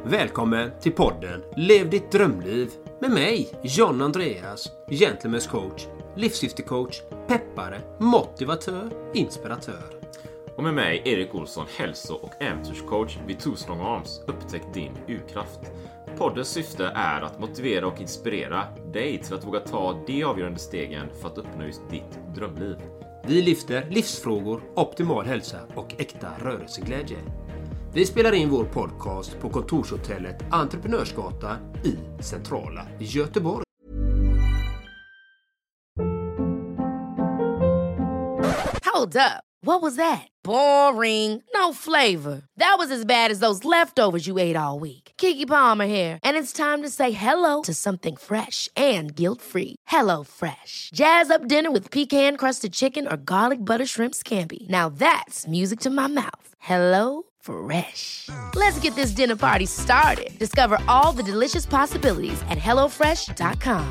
Välkommen till podden Lev ditt drömliv med mig, John Andreas, gentleman's coach, livssyftecoach, peppare, motivatör, inspiratör. Och med mig, Erik Olsson, hälso- och äventyrscoach vid Two Strong Arms. Upptäck din urkraft. Poddens syfte är att motivera och inspirera dig till att våga ta de avgörande stegen för att uppnå just ditt drömliv. Vi lyfter livsfrågor, optimal hälsa och äkta rörelseglädje. Vi spelar in vår podcast på kontorshotellet Entreprenörsgatan i centrala Göteborg. Hold up. What was that? Boring. No flavor. That was as bad as those leftovers you ate all week. Keke Palmer here, and it's time to say hello to something fresh and guilt-free. Hello Fresh. Jazz up dinner with pecan-crusted chicken or garlic butter shrimp scampi. Now that's music to my mouth. Hello Fresh. Let's get this dinner party started. Discover all the delicious possibilities at hellofresh.com.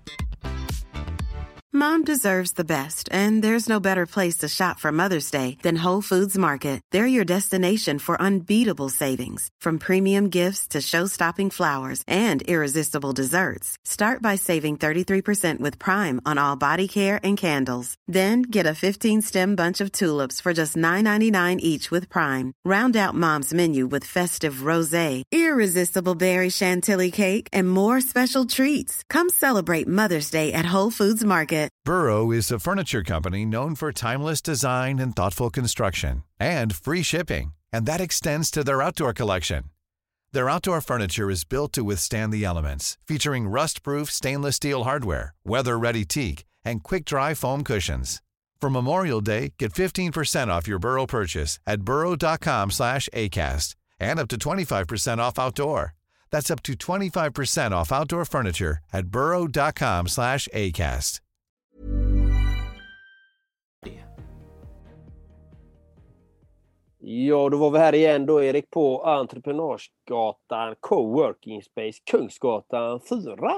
Mom deserves the best, and there's no better place to shop for Mother's Day than Whole Foods Market. They're your destination for unbeatable savings, from premium gifts to show-stopping flowers and irresistible desserts. Start by saving 33% with Prime on all body care and candles. Then get a 15-stem bunch of tulips for just $9.99 each with Prime. Round out Mom's menu with festive rosé, irresistible berry chantilly cake, and more special treats. Come celebrate Mother's Day at Whole Foods Market. Burrow is a furniture company known for timeless design and thoughtful construction, and free shipping, and that extends to their outdoor collection. Their outdoor furniture is built to withstand the elements, featuring rust-proof stainless steel hardware, weather-ready teak, and quick-dry foam cushions. For Memorial Day, get 15% off your Burrow purchase at burrow.com/acast, and up to 25% off outdoor. That's up to 25% off outdoor furniture at burrow.com/acast. Ja, då var vi här igen då, Erik, på Entreprenörsgatan, Coworking Space, Kungsgatan 4.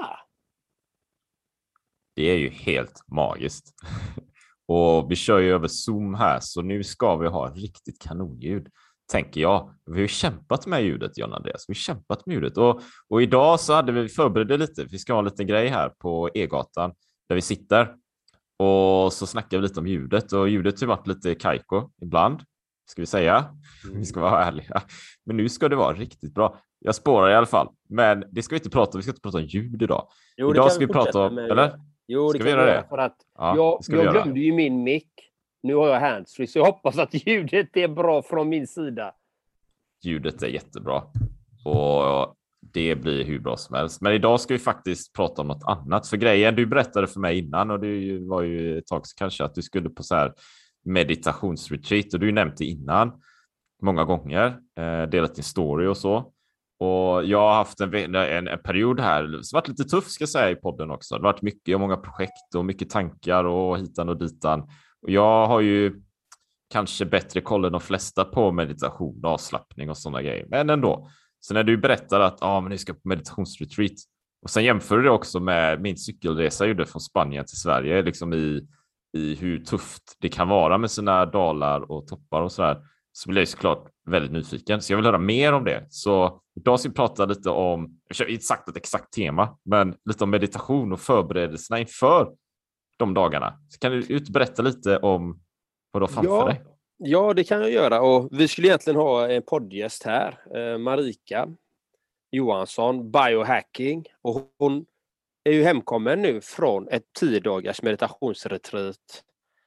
Det är ju helt magiskt. Och vi kör ju över Zoom här, så nu ska vi ha riktigt kanonljud, tänker jag. Vi har ju kämpat med ljudet, John Andreas. Vi har kämpat med ljudet. Och idag så hade vi förberett lite. Vi ska ha en liten grej här på E-gatan där vi sitter. Och så snackar vi lite om ljudet. Och ljudet har varit lite kajko ibland, ska vi säga. Vi ska vara ärliga. Men nu ska det vara riktigt bra. Jag spårar i alla fall. Men det ska vi inte prata om. Vi ska inte prata om ljud idag. Jo, idag ska vi prata om... Eller? Jo, det ska vi kan göra det? För att ja, jag glömde ju min mick. Nu har jag handsfree, så jag hoppas att ljudet är bra från min sida. Ljudet är jättebra. Och det blir hur bra som helst. Men idag ska vi faktiskt prata om något annat. För grejen, du berättade för mig innan, och det var ju ett tag så kanske, att du skulle på så här meditationsretreat. Och du nämnde det innan många gånger. Delat din story och så. Och jag har haft en period här som varit lite tuff, ska jag säga, i podden också. Det har varit mycket och många projekt och mycket tankar och hitan och ditan. Och jag har ju kanske bättre koll än de flesta på meditation och avslappning och sådana grejer. Men ändå. Så när du berättar att men ni ska på meditationsretreat, och sen jämför du det också med min cykelresa jag gjorde från Spanien till Sverige, liksom i hur tufft det kan vara med sina dalar och toppar och sådär, så blir jag såklart väldigt nyfiken. Så jag vill höra mer om det. Så idag ska vi prata lite om, jag har inte sagt ett exakt tema, men lite om meditation och förberedelserna inför de dagarna. Så kan du berätta lite om vad du har framför dig? Ja, det kan jag göra. Och vi skulle egentligen ha en poddgäst här. Marika Johansson, biohacking. Och hon är ju hemkommen nu från ett 10-dagars meditationsretreat.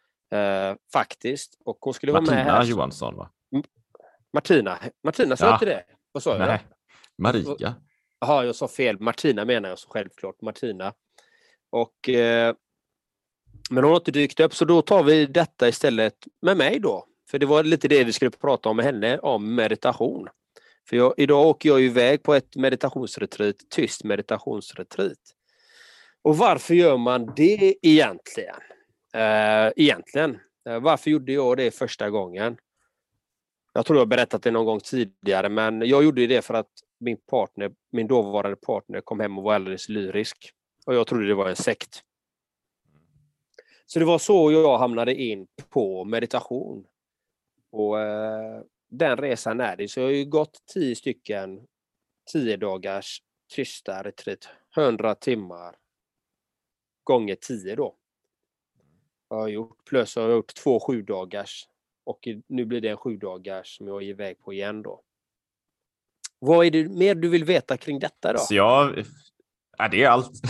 Faktiskt. Och hon skulle vara med här. Martina Johansson, va? Martina, sa inte det? Vad sa jag? Nej, Marika. Jaha, jag sa fel. Martina menar jag så självklart. Martina. Och... men hon har inte dykt upp, så då tar vi detta istället med mig då. För det var lite det vi skulle prata om med henne, om meditation. För idag åker jag iväg på ett meditationsretreat, tyst meditationsretreat. Och varför gör man det egentligen? Varför gjorde jag det första gången? Jag tror jag har berättat det någon gång tidigare, men jag gjorde det för att min dåvarande partner kom hem och var alldeles lyrisk. Och jag trodde det var en sekt. Så det var så jag hamnade in på meditation. Och den resan är det. Så jag har ju gått 10 stycken 10 dagars tysta retreat. 100 timmar gånger 10 då. Jag har gjort. Plus har jag gjort 2 7-dagars. Och nu blir det en 7-dagars som jag är iväg på igen då. Vad är det mer du vill veta kring detta då? Så det är allt.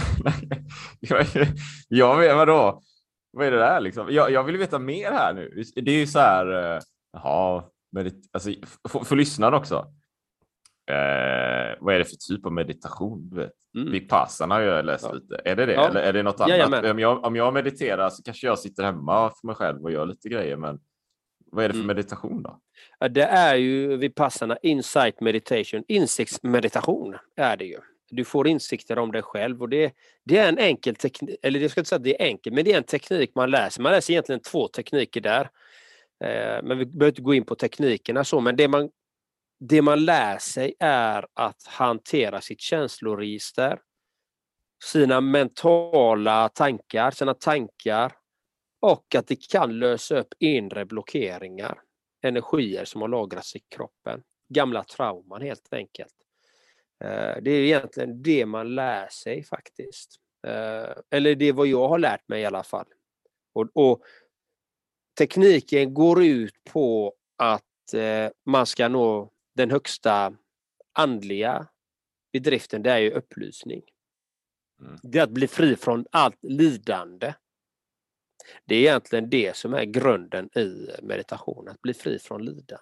Jag vet vadå? Vad är det där liksom? Jag vill veta mer här nu. Det är ju så här, alltså för lyssnarna också. Vad är det för typ av meditation? Du vet? Vipassana har jag läst lite. Är det? Eller är det något annat? Om jag mediterar så kanske jag sitter hemma för mig själv och gör lite grejer, men vad är det för meditation då? Det är ju Vipassana Insight Meditation. Insiktsmeditation är det ju. Du får insikter om dig själv och det är en enkel teknik, eller jag ska inte säga att det är enkelt, men det är en teknik man läser. Man läser egentligen 2 tekniker där. Men vi behöver inte gå in på teknikerna så, men det man lär sig är att hantera sitt känsloregister, sina mentala tankar, sina tankar, och att det kan lösa upp inre blockeringar, energier som har lagrats i kroppen, gamla trauman helt enkelt. Det är egentligen det man lär sig faktiskt. Eller det är vad jag har lärt mig i alla fall. Och tekniken går ut på att man ska nå den högsta andliga bedriften, det är ju upplysning. Det är att bli fri från allt lidande. Det är egentligen det som är grunden i meditation, att bli fri från lidande.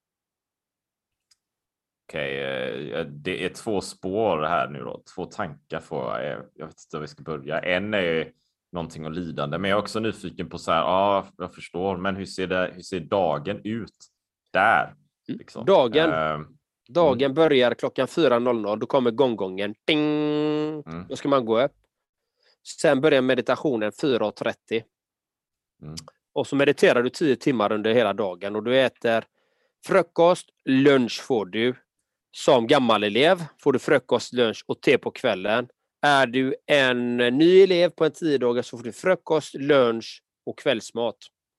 Okej, det är 2 spår här nu då. 2 tankar jag vet inte hur vi ska börja. En är någonting om lidande, men jag är också nyfiken på så här, jag förstår, men hur ser dagen ut där? Liksom? Dagen börjar klockan 4:00, då kommer gonggongen. Ding! Då ska man gå upp. Sen börjar meditationen 4:30. Och så mediterar du 10 timmar under hela dagen och du äter frukost, lunch får du. Som gammal elev får du frukost, lunch och te på kvällen. Är du en ny elev på en 10 dagar så får du frukost, lunch och kvällsmat.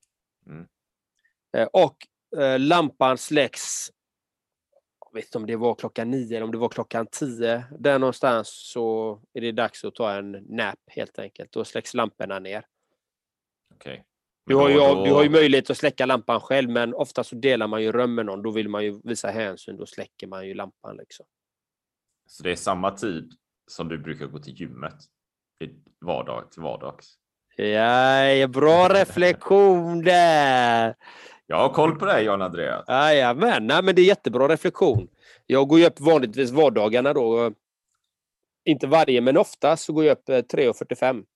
Och lampan släcks. Jag vet inte om det var klockan 9 eller om det var klockan 10. Där någonstans så är det dags att ta en nap helt enkelt. Då släcks lamporna ner. Okej. Du har ju möjlighet att släcka lampan själv, men ofta så delar man ju rum med någon. Då vill man ju visa hänsyn, då släcker man ju lampan liksom. Så det är samma tid som du brukar gå till gymmet till vardags? Ja, bra reflektion där! Jag har koll på dig, Jan Andreas. Men det är jättebra reflektion. Jag går ju upp vanligtvis vardagarna då. Inte varje, men ofta så går jag upp 3:45.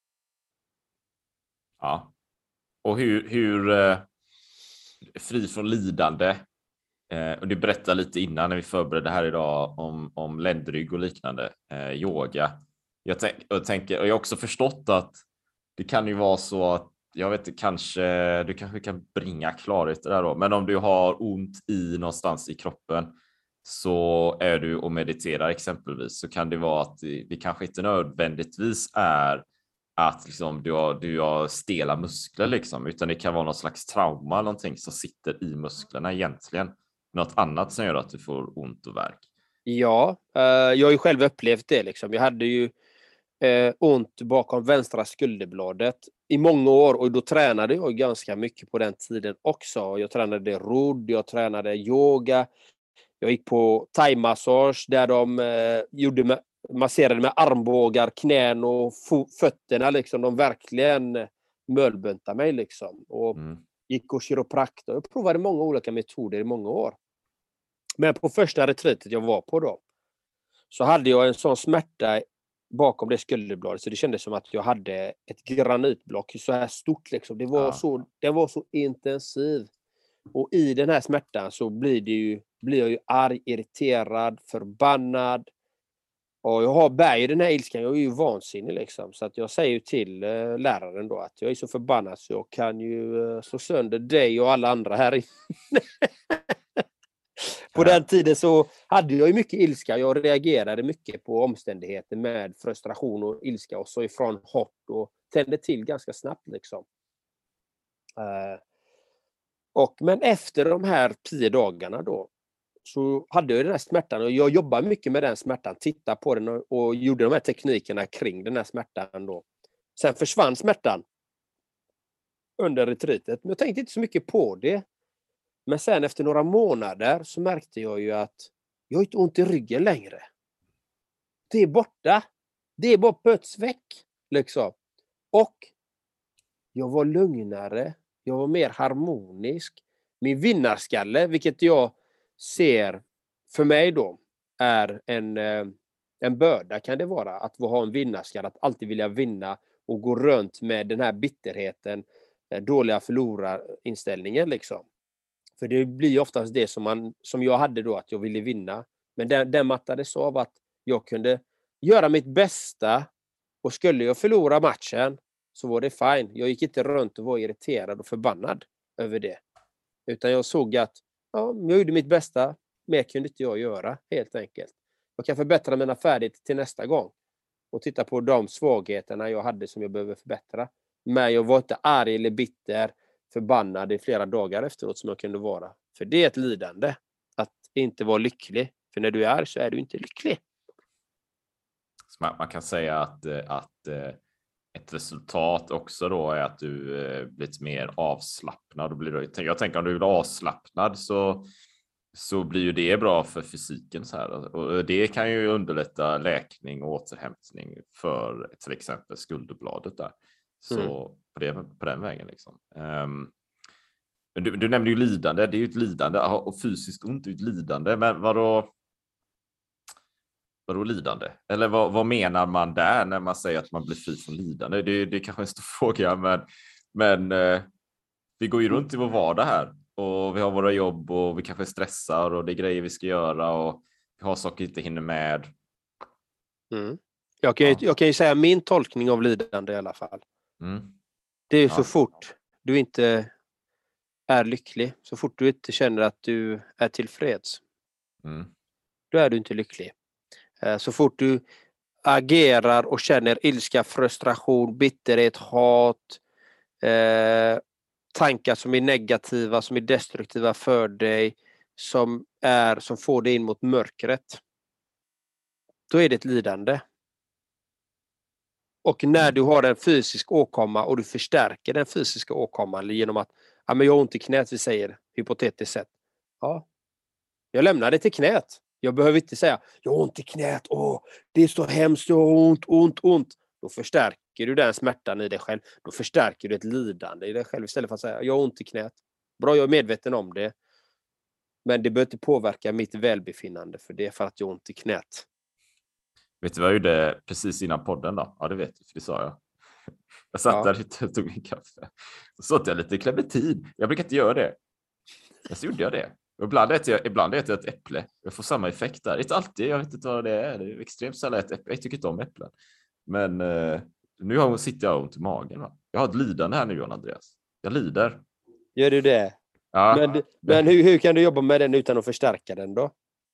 Ja. Och hur fri från lidande, och du berättade lite innan när vi förberedde här idag om ländrygg och liknande, yoga. Jag har också förstått att det kan ju vara så att, jag vet inte, du kanske kan bringa klarhet där då, men om du har ont någonstans i kroppen så är du och mediterar exempelvis, så kan det vara att det kanske inte nödvändigtvis är att liksom du har stela muskler liksom, utan det kan vara någon slags trauma, någonting som sitter i musklerna egentligen. Något annat som gör att du får ont och värk. Ja, jag har ju själv upplevt det liksom. Jag hade ju ont bakom vänstra skulderbladet i många år, och då tränade jag ganska mycket på den tiden också. Jag tränade rodd, jag tränade yoga, jag gick på thai-massage där de masserade med armbågar, knän och fötterna liksom. De verkligen mölbuntade mig liksom. Och gick och kiropraktor. Jag provade många olika metoder i många år. Men på första retreatet jag var på då, så hade jag en sån smärta bakom det skulderbladet så det kändes som att jag hade ett granitblock så här stort liksom. Den var så intensiv. Och i den här smärtan så blir jag ju arg, irriterad, förbannad. Och jag bär ju den här ilskan, jag är ju vansinnig liksom. Så att jag säger ju till läraren då att jag är så förbannad så jag kan ju slå sönder dig och alla andra här inne. På den tiden så hade jag ju mycket ilska. Jag reagerade mycket på omständigheter med frustration och ilska och så ifrån hårt och tände till ganska snabbt liksom. Men efter de här 10 dagarna då så hade jag den här smärtan och jag jobbar mycket med den smärtan, titta på den och gjorde de här teknikerna kring den här smärtan då. Sen försvann smärtan under retreatet, men jag tänkte inte så mycket på det. Men sen efter några månader så märkte jag ju att jag har inte ont i ryggen längre. Det är borta. Det är bara pötsväck liksom. Och jag var lugnare, jag var mer harmonisk. Min vinnarskalle, vilket jag ser för mig då, är en börda kan det vara. Att ha en vinnarskalle, att alltid vilja vinna och gå runt med den här bitterheten, dåliga förlorarinställningen liksom. För det blir oftast det som jag hade då, att jag ville vinna. Men den mattades av att jag kunde göra mitt bästa, och skulle jag förlora matchen så var det fine. Jag gick inte runt och var irriterad och förbannad över det. Utan jag såg att jag gjorde mitt bästa, mer kunde inte jag göra helt enkelt. Jag kan förbättra mina färdigheter till nästa gång och titta på de svagheterna jag hade som jag behöver förbättra. Men jag var inte arg eller bitter, förbannad i flera dagar efteråt som jag kunde vara. För det är ett lidande att inte vara lycklig. För när du är arg så är du inte lycklig. Man kan säga att ett resultat också då är att du blivit mer avslappnad. Jag tänker om du är avslappnad så blir ju det bra för fysiken. Så här. Och det kan ju underlätta läkning och återhämtning för till exempel skulderbladet där. Så på den vägen liksom. Du nämnde ju lidande. Det är ju ett lidande. Och fysiskt ont är ett lidande. Men vadå lidande? Eller vad menar man där när man säger att man blir fri från lidande? Det är kanske en stor fråga, men vi går ju runt i vår vardag här och vi har våra jobb och vi kanske stressar och det är grejer vi ska göra och vi har saker vi inte hinner med. Jag kan ju säga min tolkning av lidande i alla fall. Det är ju så fort du inte är lycklig, så fort du inte känner att du är tillfreds, då är du inte lycklig. Så fort du agerar och känner ilska, frustration, bitterhet, hat, tankar som är negativa, som är destruktiva för dig, som får dig in mot mörkret, då är det ett lidande. Och när du har en fysisk åkomma och du förstärker den fysiska åkomman genom att men jag har ont i knät, vi säger hypotetiskt sett. Ja, jag lämnar det till knät. Jag behöver inte säga, jag har ont i knät, det är så hemskt, jag har ont. Då förstärker du den smärtan i dig själv. Då förstärker du ett lidande i dig själv istället för att säga, jag har ont i knät. Bra, jag är medveten om det. Men det behöver inte påverka mitt välbefinnande, för det är för att jag har ont i knät. Vet du vad jag gjorde precis innan podden då? Ja, det vet du, för det sa jag. Jag satt där och tog en kaffe. Så åt jag lite clementin. Jag brukar inte göra det. Men så gjorde jag det. Ibland äter jag ett äpple. Jag får samma effekt där. Inte alltid, jag vet inte vad det är. Det är extremt sällan ett äpple. Jag tycker inte om äpplen. Men nu sitter jag ont i magen. Va? Jag har ett lidande här nu, John Andreas. Jag lider. Gör du det? Ja. Men hur kan du jobba med den utan att förstärka den då?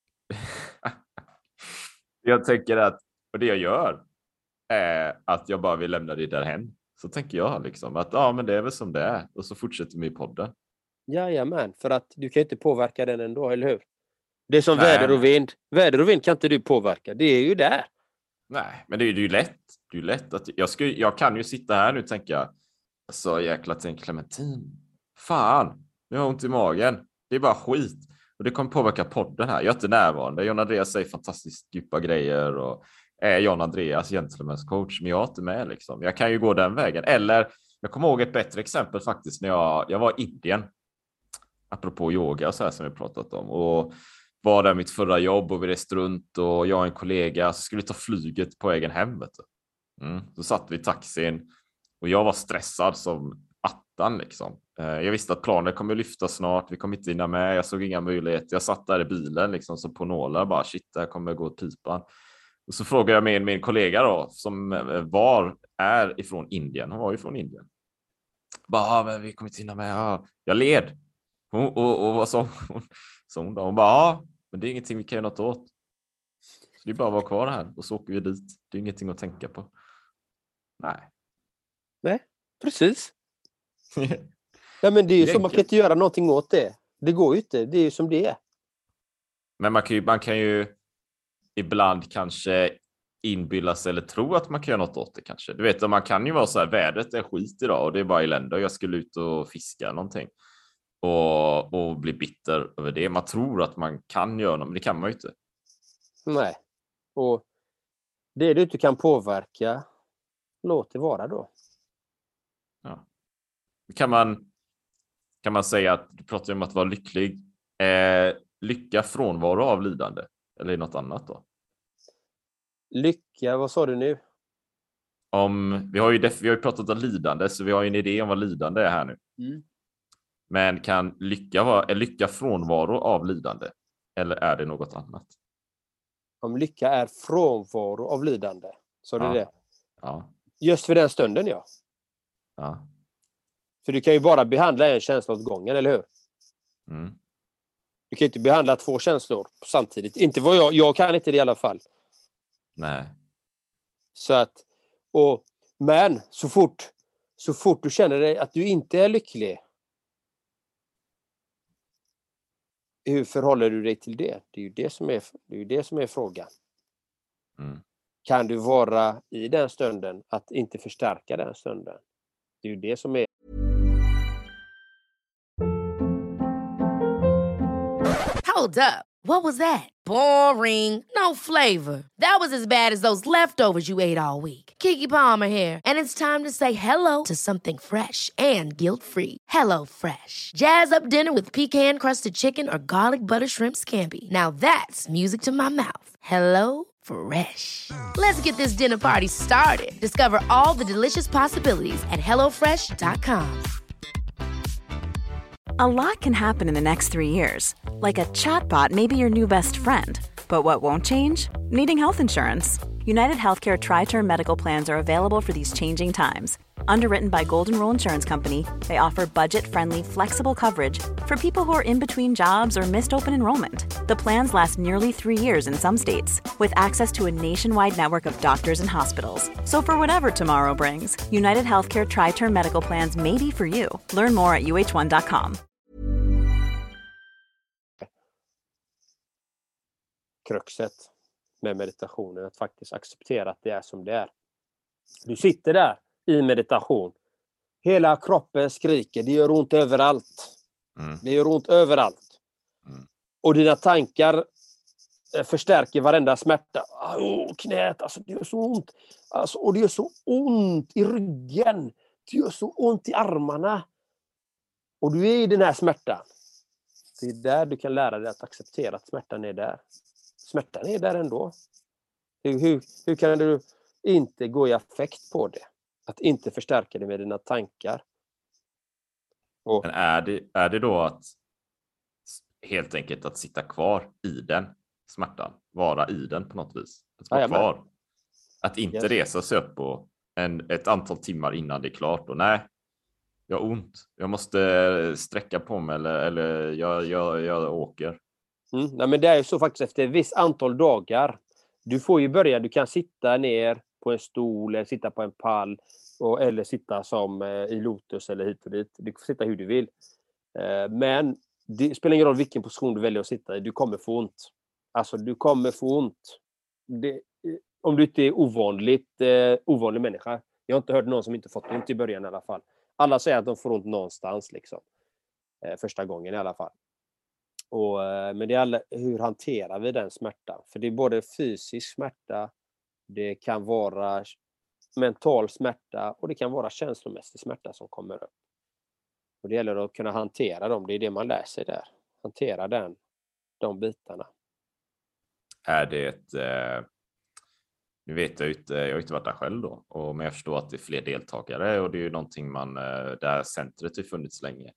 Jag tänker att, och det jag gör är att jag bara vill lämna det därhen. Så tänker jag liksom att men det är väl som det är. Och så fortsätter vi i podden. Jajamän, för att du kan inte påverka den ändå, eller hur? Det är som väder och vind. Väder och vind kan inte du påverka. Det är ju där. Nej, men det är ju lätt. Det är ju lätt att jag kan ju sitta här nu och tänka, så jäkla till en clementin. Fan, nu har jag ont i magen. Det är bara skit. Och det kommer påverka podden här. Jag är inte närvarande. John Andreas säger fantastiskt djupa grejer och är John Andreas gentleman's coach, men jag är inte med liksom. Jag kan ju gå den vägen. Eller, jag kommer ihåg ett bättre exempel faktiskt när jag var i Indien. Apropå yoga och så här som vi pratat om. Och var där mitt förra jobb och vi reste runt och jag och en kollega så skulle ta flyget på vägen hem. Så satt vi i taxin och jag var stressad som attan liksom. Jag visste att planen kommer lyfta snart, vi kommer inte hinna med, jag såg inga möjligheter. Jag satt där i bilen liksom så på nålar, bara shit, det här kommer gå åt pipan. Och så frågade jag med min kollega då, som är ifrån Indien, hon var ju från Indien. Bara, men vi kommer inte hinna med. Jag led. Och vad sa hon då? Hon bara, men det är ingenting vi kan göra något åt. Så det är bara att vara kvar här och så åker vi dit. Det är ingenting att tänka på. Nej, precis. Nej, men det är ju så, man kan inte göra någonting åt det. Det går ju inte, det är ju som det är. Men man kan ju ibland kanske inbilla sig eller tro att man kan göra något åt det kanske. Du vet, man kan ju vara så här, vädret är skit idag och det är bara elände och jag skulle ut och fiska någonting. Och bli bitter över det. Man tror att man kan göra något, men det kan man ju inte. Nej. Och det du inte kan påverka, låt det vara då. Ja. Kan man säga att du pratar om att vara lycklig. Lycka frånvaro av lidande? Eller är det något annat då? Lycka, vad sa du nu? Vi har ju pratat om lidande, så vi har ju en idé om vad lidande är här nu. Mm. Men kan lycka frånvaro av lidande? Eller är det något annat? Om lycka är frånvaro av lidande. Sa du det? Ja. Just för den stunden, ja. Ja. För du kan ju bara behandla en känsla åt gången, eller hur? Mm. Du kan inte behandla 2 känslor samtidigt. Inte vad jag kan inte det i alla fall. Nej. Så att, men så fort du känner dig att du inte är lycklig, hur förhåller du dig till det? Det är ju det som är frågan. Mm. Kan du vara i den stunden att inte förstärka den stunden? Det är ju det som är. Hold up. What was that? Boring. No flavor. That was as bad as those leftovers you ate all week. Keke Palmer here, and it's time to say hello to something fresh and guilt-free. Hello Fresh. Jazz up dinner with pecan-crusted chicken or garlic butter shrimp scampi. Now that's music to my mouth. Hello Fresh. Let's get this dinner party started. Discover all the delicious possibilities at hellofresh.com. A lot can happen in the next 3 years. Like a chatbot may be your new best friend. But what won't change? Needing health insurance. United Healthcare Tri-Term Medical Plans are available for these changing times. Underwritten by Golden Rule Insurance Company, they offer budget-friendly, flexible coverage for people who are in between jobs or missed open enrollment. The plans last nearly 3 years in some states, with access to a nationwide network of doctors and hospitals. So for whatever tomorrow brings, United Healthcare Tri-Term Medical Plans may be for you. Learn more at uh1.com. Kruxet med meditationen, att faktiskt acceptera att det är som det är. Du sitter där i meditation. Hela kroppen skriker, det gör ont överallt. Det gör ont överallt. Och dina tankar förstärker varenda smärta. Knät, alltså det gör så ont. Alltså, och det gör så ont i ryggen. Det gör så ont i armarna. Och du är i den här smärtan. Det är där du kan lära dig att acceptera att smärtan är där. Smärtan är där ändå. Hur kan du inte gå i affekt på det? Att inte förstärka det med dina tankar. Men är det då att helt enkelt att sitta kvar i den smärtan? Vara i den på något vis? Att vara kvar? Att inte resa sig upp på ett antal timmar innan det är klart. Och nej, jag har ont. Jag måste sträcka på mig eller jag åker. Nej, men det är ju så faktiskt efter ett visst antal dagar. Du får ju börja, du kan sitta ner på en stol eller sitta på en pall eller sitta som i lotus eller hit och dit. Du får sitta hur du vill. Men det spelar ingen roll vilken position du väljer att sitta i. Du kommer få ont. Alltså du kommer få ont. Om du inte är ovanlig människa. Jag har inte hört någon som inte fått ont i början i alla fall. Alla säger att de får ont någonstans liksom. Första gången i alla fall. Men det är hur hanterar vi den smärtan? För det är både fysisk smärta, det kan vara mental smärta och det kan vara känslomässig smärta som kommer upp. Och det gäller att kunna hantera dem, det är det man lär sig där. Hantera de bitarna. Är det nu vet jag inte, jag har inte varit där själv då, men jag förstår att det är fler deltagare och det är ju någonting där centret har funnits länge.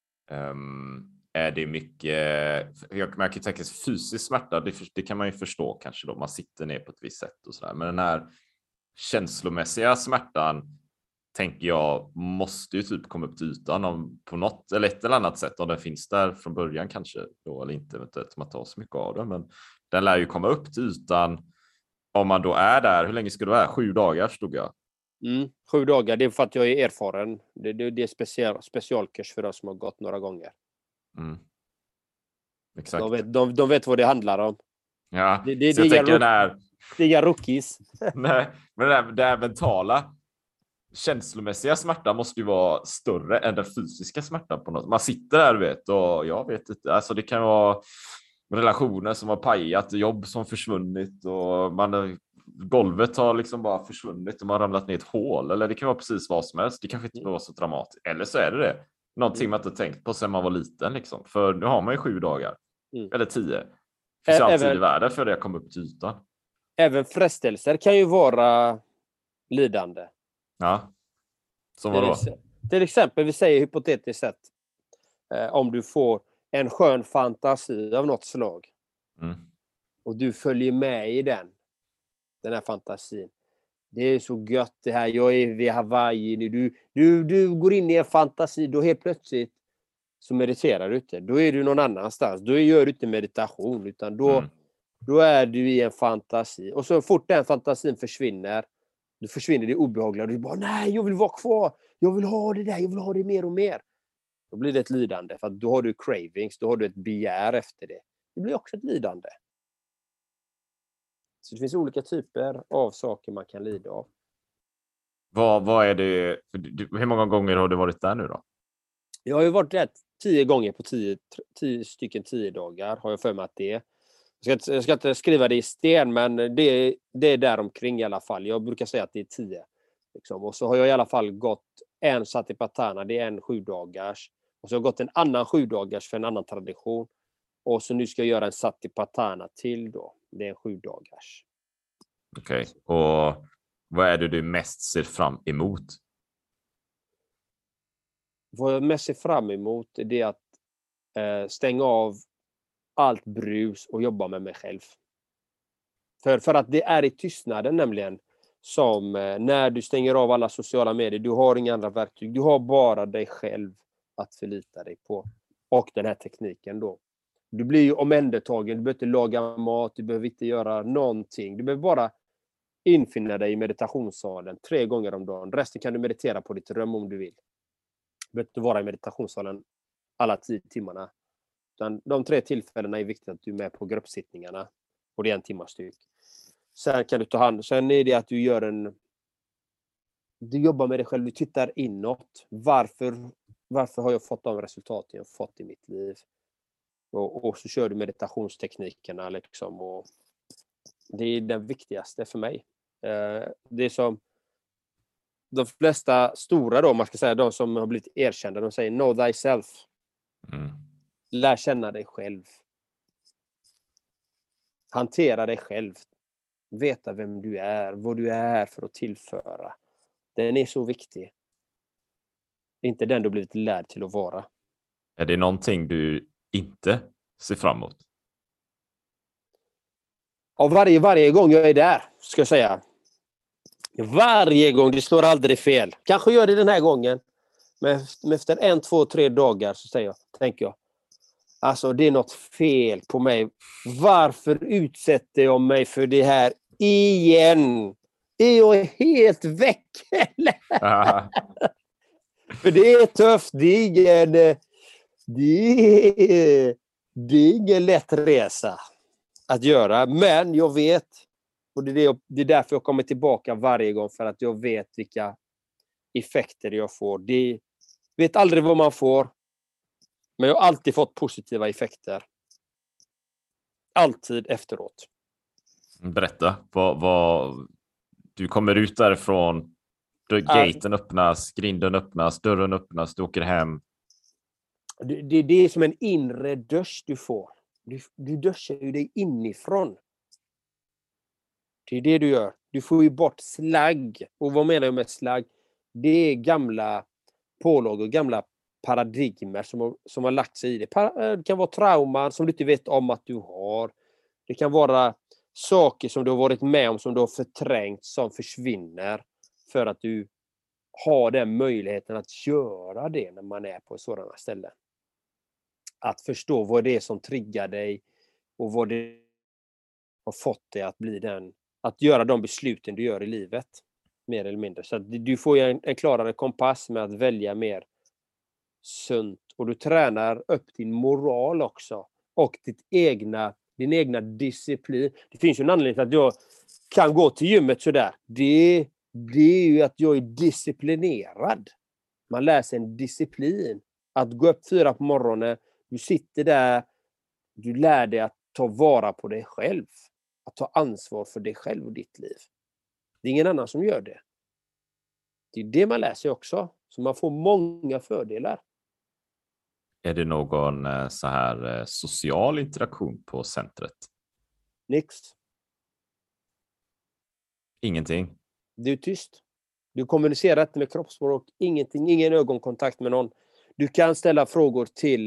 Är det mycket, jag kan tänka sig fysisk smärta, det kan man ju förstå kanske då, man sitter ner på ett visst sätt och sådär, men den här känslomässiga smärtan tänker jag måste ju typ komma upp till ytan på något eller ett eller annat sätt, om den finns där från början kanske då, eller inte eventuellt man tar så mycket av den, men den lär ju komma upp till ytan om man då är där. Hur länge ska du vara? 7 dagar stod jag. 7 dagar, det är för att jag är erfaren. Det är specialkurs för oss som har gått några gånger. Exakt. De vet vad det handlar om. Ja, Det så jag tänker den här... Det är inga rookies. Nej, men det här mentala, känslomässiga smärta måste ju vara större än den fysiska smärtan på något. Man sitter där, vet, och jag vet inte. Alltså det kan vara relationer som har pajat, jobb som försvunnit och golvet har liksom bara försvunnit och man har ramlat ner i ett hål. Eller det kan vara precis vad som helst. Det kanske inte var så dramatiskt. Eller så är det. Någonting man inte tänkt på sedan man var liten. Liksom. För nu har man ju 7 dagar. Eller 10. Det finns alltid i världen för det jag kom upp till ytan. Även frestelser kan ju vara lidande. Ja. Som vadå? Till exempel, vi säger hypotetiskt sett. Om du får en skön fantasi av något slag. Och du följer med i den här fantasin. Det är så gött det här. Jag är vid Hawaii nu. Du går in i en fantasi. Då helt plötsligt så mediterar du inte. Då är du någon annanstans. Då gör du inte meditation. Utan då är du i en fantasi. Och så fort den fantasin försvinner. Då försvinner det obehagliga. Du bara, nej, jag vill vara kvar. Jag vill ha det där. Jag vill ha det mer och mer. Då blir det ett lidande. För att då har du cravings. Då har du ett begär efter det. Det blir också ett lidande. Så det finns olika typer av saker man kan lida av. Vad är det? Hur många gånger har du varit där nu då? Jag har ju varit där 10 gånger på 10 stycken 10 dagar. Har jag för mig att det är. Jag ska inte skriva det i sten, men det är där omkring i alla fall. Jag brukar säga att det är 10. Liksom. Och så har jag i alla fall gått en Satipatthana, det är en 7 dagars. Och så har jag gått en annan 7 dagars för en annan tradition. Och så nu ska jag göra en Satipatthana till då. Det är en 7 dagars. Okej. Och vad är det du mest ser fram emot? Vad jag mest ser fram emot är det att stänga av allt brus och jobba med mig själv. För att det är i tystnaden nämligen som när du stänger av alla sociala medier, du har inga andra verktyg. Du har bara dig själv att förlita dig på. Och den här tekniken då. Du blir ju omhändertagen, du behöver inte laga mat, du behöver inte göra någonting. Du behöver bara infinna dig i meditationssalen 3 gånger om dagen. Resten kan du meditera på ditt rum om du vill. Du behöver inte vara i meditationssalen alla 10 timmarna. Utan de 3 tillfällena är viktigt att du är med på gruppsittningarna. Och det är 1 timma styck. Sen kan du ta hand. Sen är det att du gör du jobbar med dig själv, du tittar inåt. Varför har jag fått de resultaten jag fått i mitt liv? Och så kör du meditationsteknikerna liksom, och det är den viktigaste för mig. Det är som de flesta stora då, man ska säga, de som har blivit erkända, de säger know thyself. Lär känna dig själv. Hantera dig själv. Veta vem du är, vad du är för att tillföra. Den är så viktig. Inte den du blivit lärd till att vara. Är det någonting du inte ser fram emot? Och varje gång jag är där, ska jag säga. Varje gång, det slår aldrig fel. Kanske gör det den här gången. Men efter 1, 2, 3 dagar så tänker jag. Alltså det är något fel på mig. Varför utsätter jag mig för det här igen? Är jag helt väck? För det är tufft. Det är ingen lätt resa att göra. Men jag vet, och det är därför jag kommer tillbaka varje gång, för att jag vet vilka effekter jag får. Vet aldrig vad man får, men jag har alltid fått positiva effekter. Alltid efteråt. Berätta, vad du kommer ut därifrån, gaten öppnas, grinden öppnas, dörren öppnas, du åker hem. Det är som en inre dusch du får. Du duschar ju dig inifrån. Det är det du gör. Du får ju bort slagg. Och vad menar jag med slagg? Det är gamla pålagor, gamla paradigmer som har lagt sig i det. Det kan vara trauman som du inte vet om att du har. Det kan vara saker som du har varit med om, som du har förträngt, som försvinner. För att du har den möjligheten att göra det när man är på sådana ställen. Att förstå vad det är som triggar dig och vad det har fått dig att bli att göra de besluten du gör i livet. Mer eller mindre. Så att du får en klarare kompass med att välja mer sunt. Och du tränar upp din moral också. och din egna disciplin. Det finns ju en anledning till att jag kan gå till gymmet sådär. Det är ju att jag är disciplinerad. Man lär sig en disciplin. Att gå upp 4 på morgonen, du sitter där, du lär dig att ta vara på dig själv. Att ta ansvar för dig själv och ditt liv. Det är ingen annan som gör det. Det är det man lär sig också. Så man får många fördelar. Är det någon så här social interaktion på centret? Next. Ingenting. Du är tyst. Du kommunicerar inte med kroppsspråk. Ingenting. Ingen ögonkontakt med någon. Du kan ställa frågor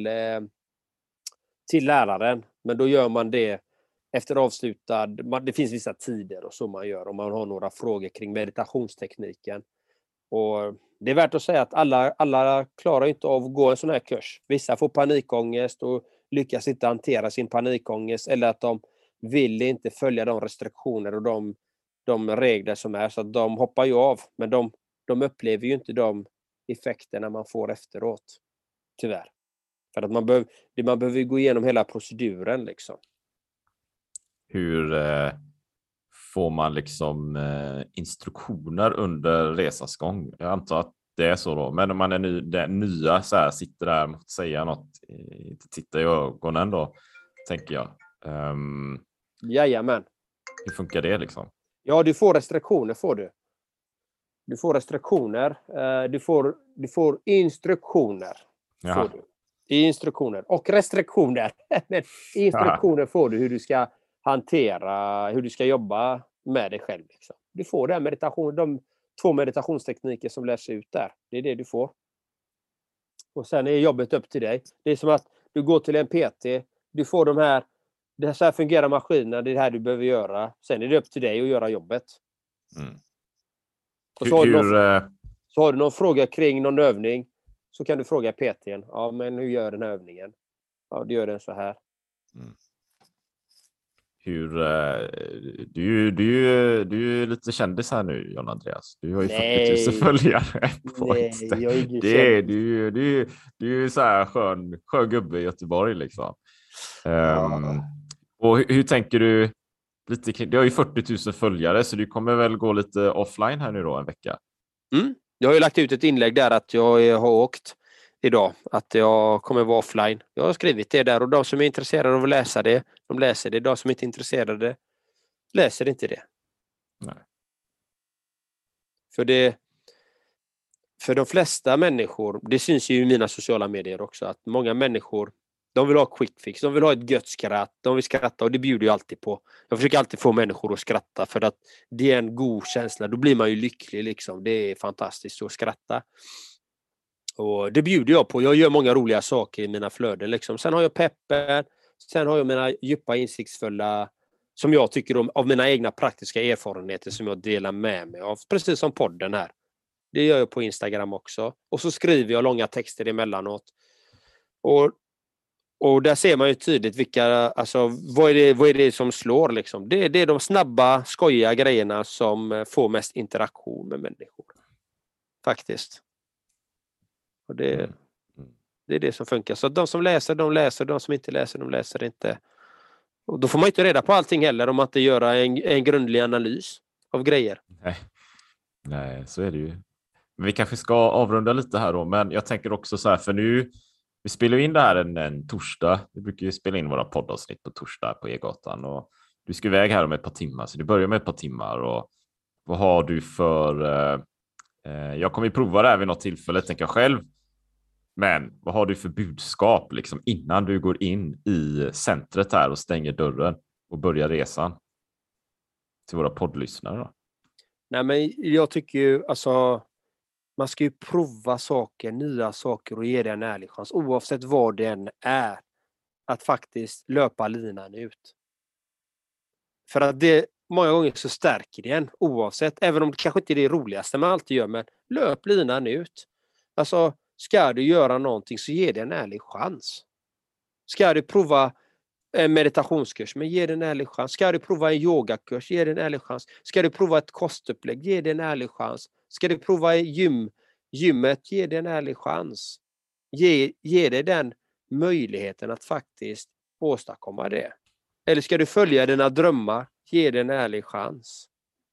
till läraren. Men då gör man det efter avslutad. Det finns vissa tider och så man gör. Om man har några frågor kring meditationstekniken. Och det är värt att säga att alla klarar inte av att gå en sån här kurs. Vissa får panikångest och lyckas inte hantera sin panikångest. Eller att de vill inte följa de restriktioner och de regler som är. Så att de hoppar ju av. Men de upplever ju inte de effekterna man får efteråt. Tyvärr. För att man behöver gå igenom hela proceduren liksom. Hur får man liksom instruktioner under resans gång? Jag antar att det är så då. Men om man är nya så här, sitter där och måste säga något, inte titta i ögonen då, tänker jag. Jajamän. Hur funkar det liksom? Ja, du får restriktioner får du. Du får restriktioner. Du får instruktioner. Får du. Instruktioner och restriktioner. Instruktioner får du hur du ska hantera, hur du ska jobba med dig själv. Liksom. Du får den meditation, de 2 meditationstekniker som lärs ut där. Det är det du får. Och sen är jobbet upp till dig. Det är som att du går till en PT. Du får de här. Det här, så här fungerar maskinen. Det är det här du behöver göra. Sen är det upp till dig att göra jobbet. Mm. Och så har du någon fråga kring någon övning. Så kan du fråga PT:n. Ja, men hur gör den här övningen? Ja, du gör den så här. Mm. Du är ju lite kändis här nu, John Andreas. Du har ju 40 000 följare på Insta. Du är ju så här skön gubbe i Göteborg liksom. Och hur tänker du lite kring? Du har ju 40 000 följare, så du kommer väl gå lite offline här nu då en vecka? Mm. Jag har ju lagt ut ett inlägg där att jag har åkt idag. Att jag kommer vara offline. Jag har skrivit det där och de som är intresserade av att läsa det, de läser det. De som inte är intresserade läser inte det. Nej. För de flesta människor, det syns ju i mina sociala medier också, att många människor, de vill ha quick fix, de vill ha ett gött skratt, de vill skratta och det bjuder jag alltid på. Jag försöker alltid få människor att skratta för att det är en god känsla, då blir man ju lycklig liksom. Det är fantastiskt att skratta. Och det bjuder jag på. Jag gör många roliga saker i mina flöden liksom. Sen har jag peppen, sen har jag mina djupa insiktsfulla, som jag tycker om, av mina egna praktiska erfarenheter som jag delar med mig av, precis som podden här. Det gör jag på Instagram också. Och så skriver jag långa texter emellanåt. Och där ser man ju tydligt vilka, alltså vad är det som slår liksom. Det är de snabba, skojiga grejerna som får mest interaktion med människor. Faktiskt. Och det är det som funkar. Så de som läser, de läser. De som inte läser, de läser inte. Och då får man inte reda på allting heller om att inte göra en grundlig analys av grejer. Nej, så är det ju. Men vi kanske ska avrunda lite här då. Men jag tänker också så här, för nu, vi spelar in det här en torsdag. Vi brukar ju spela in våra poddavsnitt på torsdag på E-gatan. Och du ska iväg här om ett par timmar. Så du börjar med ett par timmar. Och vad har du för... jag kommer ju prova det här vid något tillfälle, tänker jag själv. Men vad har du för budskap liksom, innan du går in i centret här och stänger dörren och börjar resan till våra poddlyssnare då? Nej, men jag tycker ju, alltså, man ska ju prova saker, nya saker och ge det en ärlig chans, oavsett vad det än är, att faktiskt löpa linan ut. För att det, många gånger så stärker det en, oavsett, även om det kanske inte är det roligaste man alltid gör, men löp linan ut. Alltså, ska du göra någonting så ge det en ärlig chans. Ska du prova en meditationskurs, men ge det en ärlig chans. Ska du prova en yogakurs, ge det en ärlig chans. Ska du prova ett kostupplägg, ge det en ärlig chans. Ska du prova gymmet, ge det en ärlig chans. Ge dig den möjligheten att faktiskt åstadkomma det? Eller ska du följa dina drömmar? Ge det en ärlig chans.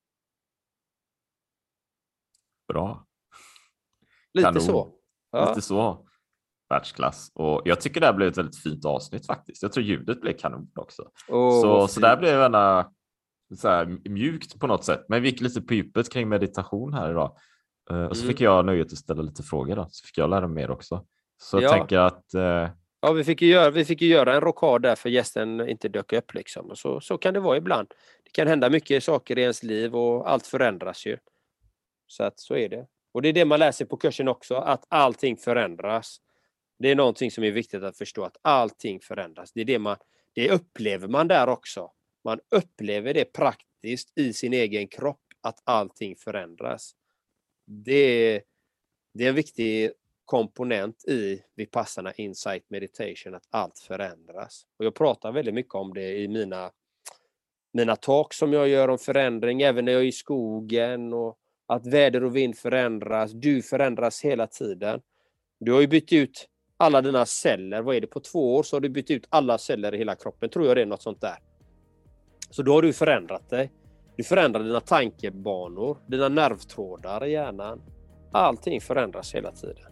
Bra. Lite Kanon. så. Ja. Lite så. Världsklass. Och jag tycker det här blev ett väldigt fint avsnitt faktiskt. Jag tror ljudet blev kanon också. Så där blev det så här mjukt på något sätt. Men vi gick lite på djupet kring meditation här idag. Och så fick jag nöjet att ställa lite frågor då. Så fick jag lära mer också. Så jag tänker att... Ja, vi fick ju göra en rockad där för gästen inte dök upp liksom. Och så kan det vara ibland. Det kan hända mycket saker i ens liv och allt förändras ju. Så att så är det. Och det är det man läser på kursen också, att allting förändras. Det är någonting som är viktigt att förstå, att allting förändras. Det upplever man där också. Man upplever det praktiskt i sin egen kropp, att allting förändras. Det är en viktig komponent i Vipassana Insight Meditation, att allt förändras. Och jag pratar väldigt mycket om det i mina talks som jag gör om förändring, även när jag är i skogen, och att väder och vind förändras. Du förändras hela tiden. Du har ju bytt ut alla dina celler. Vad är det? På 2 år så har du bytt ut alla celler i hela kroppen. Tror jag det är något sånt där. Så då har du förändrat dig. Du förändrar dina tankebanor, dina nervtrådar i hjärnan. Allting förändras hela tiden.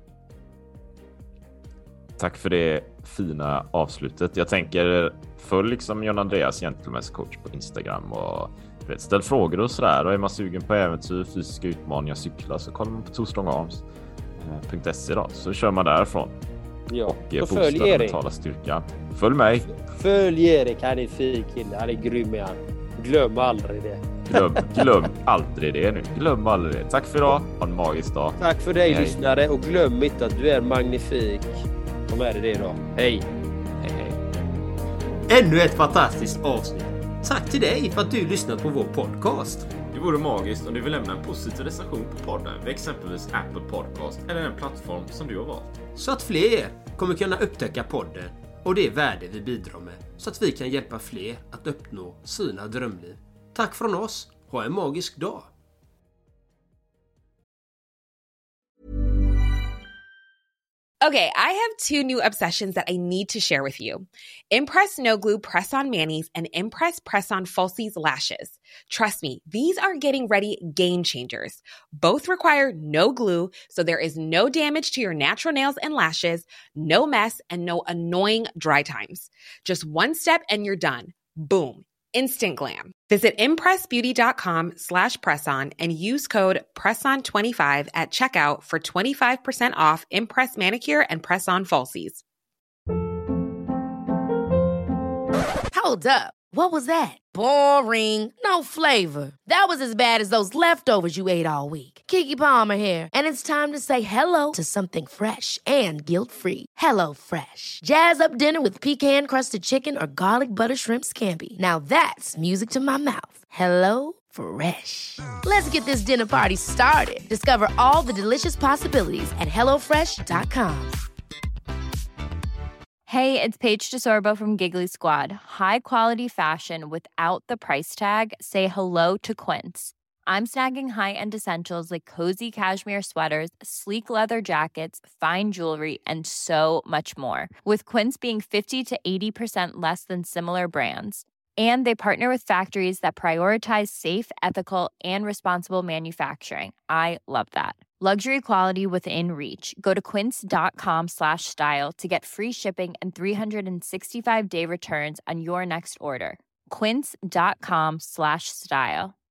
Tack för det fina avslutet. Jag tänker, följ liksom John Andreas Gentleman's coach på Instagram och ställ frågor och sådär. Och är man sugen på äventyr, fysiska utmaningar, cykla, så kollar man på twostrongarms.se då, så kör man därifrån. Ja, och så följ Erik. Mentala styrkan. Följ mig. Följ Erik, han är fin kille, han är grym med han. Glöm aldrig det. Glöm aldrig det nu. Glöm aldrig det. Tack för idag. Ha en magisk dag. Tack för dig lyssnare, och glöm inte att du är magnifik. Kom med det idag. Hej. Hej. Ännu ett fantastiskt avsnitt. Tack till dig för att du lyssnat på vår podcast. Det vore magiskt om du vill lämna en positiv recension på podden vid exempelvis Apple Podcast eller en plattform som du har valt. Så att fler kommer kunna upptäcka podden och det värde vi bidrar med, så att vi kan hjälpa fler att uppnå sina drömliv. Tack från oss. Ha en magisk dag. Okay, I have 2 new obsessions that I need to share with you. Impress No Glue Press-On Manis and Impress Press-On Falsies Lashes. Trust me, these are getting ready game changers. Both require no glue, so there is no damage to your natural nails and lashes, no mess, and no annoying dry times. Just one step and you're done. Boom. Instant glam. Visit impressbeauty.com/presson and use code PRESSON25 at checkout for 25% off Impress Manicure and Press-On Falsies. Hold up. What was that? Boring. No flavor. That was as bad as those leftovers you ate all week. Keke Palmer here, and it's time to say hello to something fresh and guilt-free. Hello Fresh. Jazz up dinner with pecan-crusted chicken or garlic butter shrimp scampi. Now that's music to my mouth. Hello Fresh. Let's get this dinner party started. Discover all the delicious possibilities at hellofresh.com. Hey, it's Paige DeSorbo from Giggly Squad. High quality fashion without the price tag. Say hello to Quince. I'm snagging high-end essentials like cozy cashmere sweaters, sleek leather jackets, fine jewelry, and so much more. With Quince being 50 to 80% less than similar brands. And they partner with factories that prioritize safe, ethical, and responsible manufacturing. I love that. Luxury quality within reach. Go to quince.com/style to get free shipping and 365-day returns on your next order. Quince.com/style.